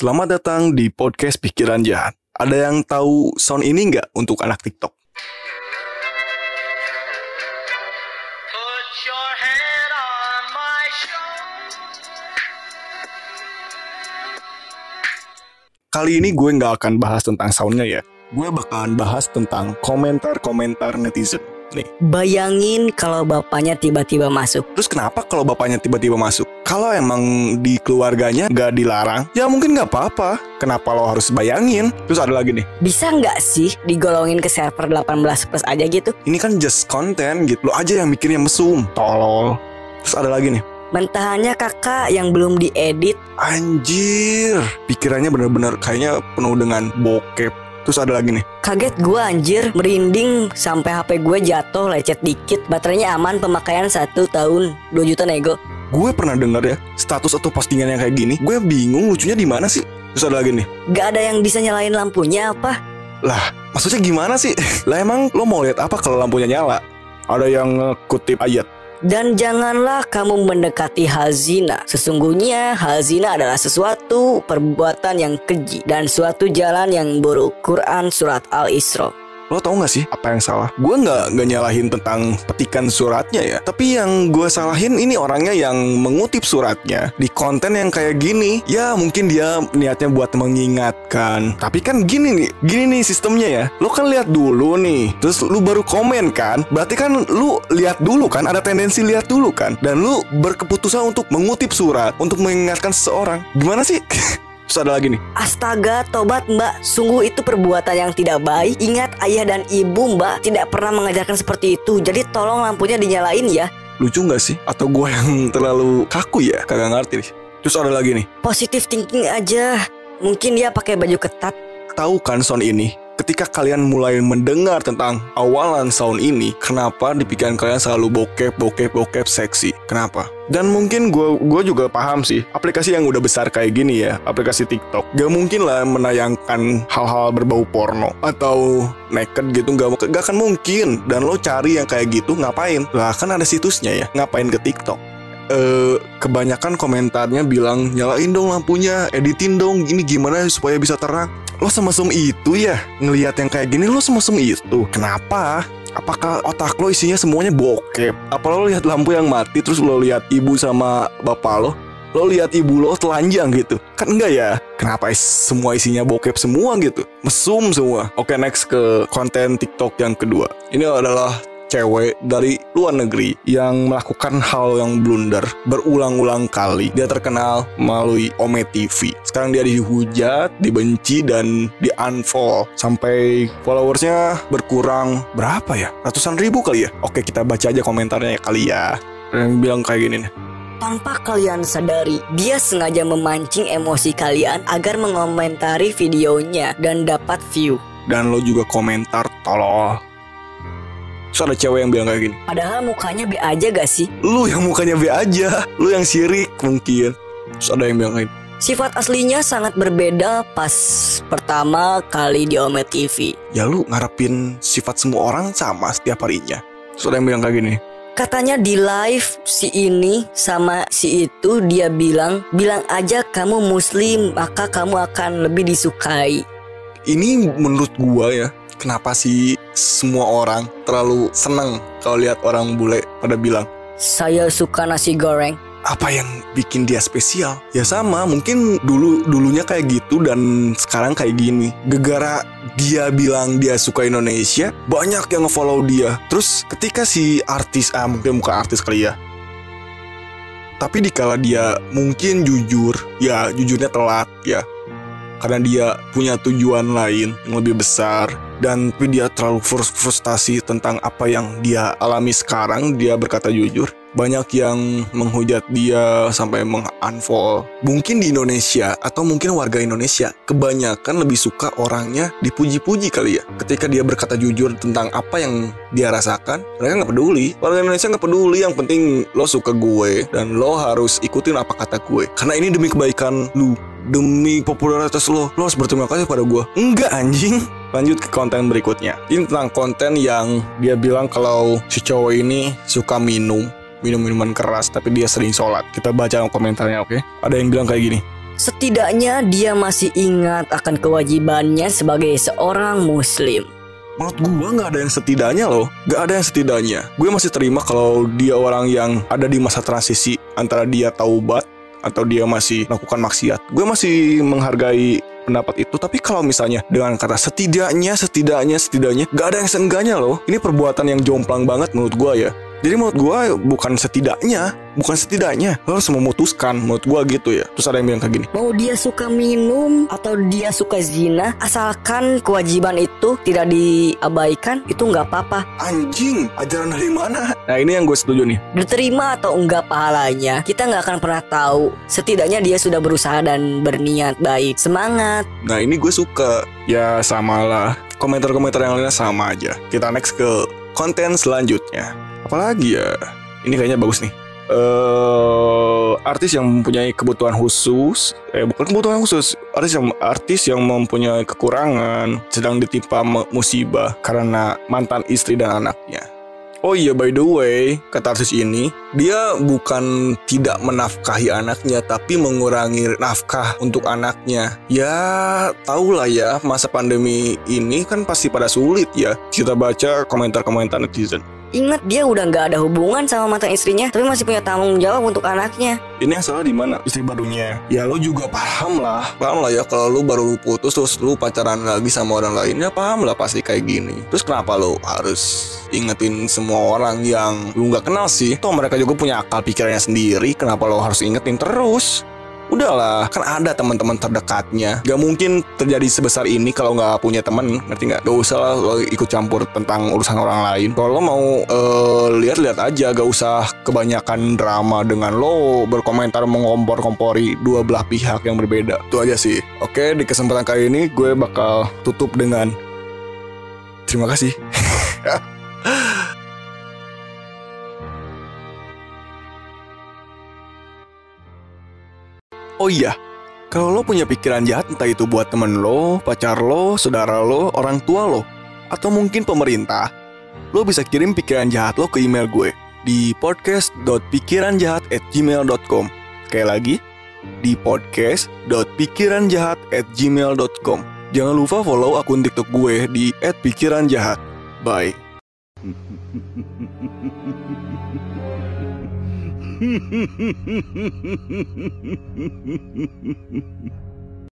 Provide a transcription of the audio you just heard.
Selamat datang di podcast Pikiran Jahat. Ada yang tahu sound ini nggak untuk anak TikTok? Kali ini gue nggak akan bahas tentang soundnya ya. Gue bakalan bahas tentang komentar-komentar netizen. Nih. Bayangin kalau bapaknya tiba-tiba masuk. Terus kenapa kalau bapaknya tiba-tiba masuk? Kalau emang di keluarganya nggak dilarang, ya mungkin nggak apa-apa. Kenapa lo harus bayangin? Terus ada lagi nih. Bisa nggak sih digolongin ke server 18 plus aja gitu? Ini kan just konten gitu. Lo aja yang mikirnya mesum. Tolol. Terus ada lagi nih. Mentahannya kakak yang belum diedit. Anjir. Pikirannya bener-bener kayaknya penuh dengan bokep. Terus ada lagi nih. Kaget gue anjir, merinding sampai HP gue jatuh lecet dikit. Baterainya aman, pemakaian 1 tahun 2 juta nego. Gue pernah dengar ya status atau postingan yang kayak gini. Gue bingung lucunya di mana sih. Terus ada lagi nih. Gak ada yang bisa nyalain lampunya apa? Lah, maksudnya gimana sih? Lah emang lo mau lihat apa kalau lampunya nyala? Ada yang kutip ayat. Dan janganlah kamu mendekati hal zina. Sesungguhnya hal zina adalah sesuatu perbuatan yang keji dan suatu jalan yang buruk. Quran Surat Al-Isra. Lo tau gak sih apa yang salah? Gue gak nyalahin tentang petikan suratnya ya. Tapi yang gue salahin ini orangnya yang mengutip suratnya di konten yang kayak gini. Ya mungkin dia niatnya buat mengingatkan. Tapi kan gini nih sistemnya ya. Lo kan lihat dulu nih, terus lu baru komen kan. Berarti kan lu lihat dulu kan, ada tendensi lihat dulu kan. Dan lu berkeputusan untuk mengutip surat untuk mengingatkan seseorang. Gimana sih? Terus ada lagi nih. Astaga, tobat mbak, sungguh itu perbuatan yang tidak baik. Ingat ayah dan ibu mbak tidak pernah mengajarkan seperti itu. Jadi tolong lampunya dinyalain ya. Lucu gak sih? Atau gue yang terlalu kaku ya? Kagak ngerti nih. Terus ada lagi nih. Positive thinking aja. Mungkin dia pakai baju ketat. Tahu kan sound ini? Ketika kalian mulai mendengar tentang awalan sound ini, kenapa di pikiran kalian selalu bokep seksi? Kenapa? Dan mungkin gue juga paham sih, aplikasi yang udah besar kayak gini ya, aplikasi TikTok, gak mungkin lah menayangkan hal-hal berbau porno atau naked gitu, gak akan mungkin. Dan lo cari yang kayak gitu ngapain? Lah kan ada situsnya ya, ngapain ke TikTok? Kebanyakan komentarnya bilang nyalain dong lampunya, editin dong, ini gimana supaya bisa terang. Lo semesem itu ya ngelihat yang kayak gini, lo semesem itu. Kenapa? Apakah otak lo isinya semuanya bokep? Apa lo lihat lampu yang mati terus lo lihat ibu sama bapak lo? Lo lihat ibu lo telanjang gitu? Kan enggak ya? Kenapa semua isinya bokep semua gitu? Mesum semua. Oke, next ke konten TikTok yang kedua. Ini adalah cewek dari luar negeri yang melakukan hal yang blunder berulang-ulang kali. Dia terkenal melalui Ome TV. Sekarang dia dihujat, dibenci, dan di-unfollow. Sampai followersnya berkurang berapa ya? Ratusan ribu kali ya? Oke, kita baca aja komentarnya kali ya. Yang bilang kayak gini nih. Tanpa kalian sadari, dia sengaja memancing emosi kalian agar mengomentari videonya dan dapat view. Dan lo juga komentar tolol. Terus ada cewek yang bilang kayak gini. Padahal mukanya B aja gak sih? Lu yang mukanya B aja. Lu yang sirik mungkin. Terus ada yang bilang kayak gini. Sifat aslinya sangat berbeda pas pertama kali di Ome TV. Ya lu ngarepin sifat semua orang sama setiap harinya. Terus ada yang bilang kayak gini. Katanya di live si ini sama si itu dia bilang aja kamu muslim maka kamu akan lebih disukai. Ini menurut gua ya, kenapa sih semua orang terlalu seneng kalau lihat orang bule pada bilang saya suka nasi goreng. Apa yang bikin dia spesial? Ya sama, mungkin dulunya kayak gitu dan sekarang kayak gini. Gegara dia bilang dia suka Indonesia, banyak yang nge-follow dia. Terus ketika si artis, mungkin bukan artis kali ya, tapi dikala dia mungkin jujur, ya jujurnya telat ya, karena dia punya tujuan lain yang lebih besar. Dan tapi dia terlalu frustasi tentang apa yang dia alami sekarang. Dia berkata jujur. Banyak yang menghujat dia sampai meng-unfollow. Mungkin di Indonesia atau mungkin warga Indonesia kebanyakan lebih suka orangnya dipuji-puji kali ya. Ketika dia berkata jujur tentang apa yang dia rasakan, mereka gak peduli. Warga Indonesia gak peduli. Yang penting lo suka gue dan lo harus ikutin apa kata gue. Karena ini demi kebaikan lu, demi popularitas lo harus berterima kasih pada gue. Enggak anjing. Lanjut ke konten berikutnya. Ini tentang konten yang dia bilang kalau si cowok ini suka minuman keras, tapi dia sering sholat. Kita baca komentarnya, oke? Ada yang bilang kayak gini. Setidaknya dia masih ingat akan kewajibannya sebagai seorang muslim. Menurut gue gak ada yang setidaknya loh. Gak ada yang setidaknya. Gue masih terima kalau dia orang yang ada di masa transisi antara dia taubat atau dia masih melakukan maksiat. Gue masih menghargai pendapat itu. Tapi kalau misalnya dengan kata setidaknya gak ada yang seenggaknya loh. Ini perbuatan yang jomplang banget menurut gue ya. Jadi menurut gue bukan setidaknya lo harus memutuskan, menurut gue gitu ya. Terus ada yang bilang kayak gini, mau dia suka minum atau dia suka zina, asalkan kewajiban itu tidak diabaikan, itu nggak apa-apa. Anjing, ajaran dari mana? Nah ini yang gue setuju nih. Diterima atau enggak pahalanya, kita nggak akan pernah tahu. Setidaknya dia sudah berusaha dan berniat baik. Semangat. Nah ini gue suka. Ya samalah, komentar-komentar yang lainnya sama aja. Kita next ke konten selanjutnya. Apalagi ya, ini kayaknya bagus nih. Artis yang mempunyai kebutuhan khusus, bukan kebutuhan khusus, artis yang mempunyai kekurangan sedang ditimpa musibah karena mantan istri dan anaknya. Oh iya, by the way, kata artis ini, dia bukan tidak menafkahi anaknya, tapi mengurangi nafkah untuk anaknya. Ya, tahulah ya, masa pandemi ini kan pasti pada sulit ya. Kita baca komentar-komentar netizen. Ingat, dia udah gak ada hubungan sama mantan istrinya, tapi masih punya tanggung jawab untuk anaknya. Ini yang salah di mana? Istri barunya. Ya lo juga paham lah ya kalau lo baru putus terus lo pacaran lagi sama orang lain, ya paham lah pasti kayak gini. Terus kenapa lo harus ingetin semua orang yang lo gak kenal sih? Toh mereka juga punya akal pikirannya sendiri, kenapa lo harus ingetin terus? Udahlah, kan ada teman-teman terdekatnya. Gak mungkin terjadi sebesar ini kalau gak punya teman, ngerti gak? Gak usah lah lo ikut campur tentang urusan orang lain. Kalau lo mau lihat-lihat aja, gak usah kebanyakan drama dengan lo berkomentar mengompor-kompori dua belah pihak yang berbeda. Itu aja sih. Oke, di kesempatan kali ini gue bakal tutup dengan terima kasih. Oh iya, kalau lo punya pikiran jahat entah itu buat temen lo, pacar lo, saudara lo, orang tua lo, atau mungkin pemerintah, lo bisa kirim pikiran jahat lo ke email gue di podcast.pikiranjahat@gmail.com. Sekali lagi, di podcast.pikiranjahat@gmail.com. Jangan lupa follow akun TikTok gue di @pikiranjahat. Bye.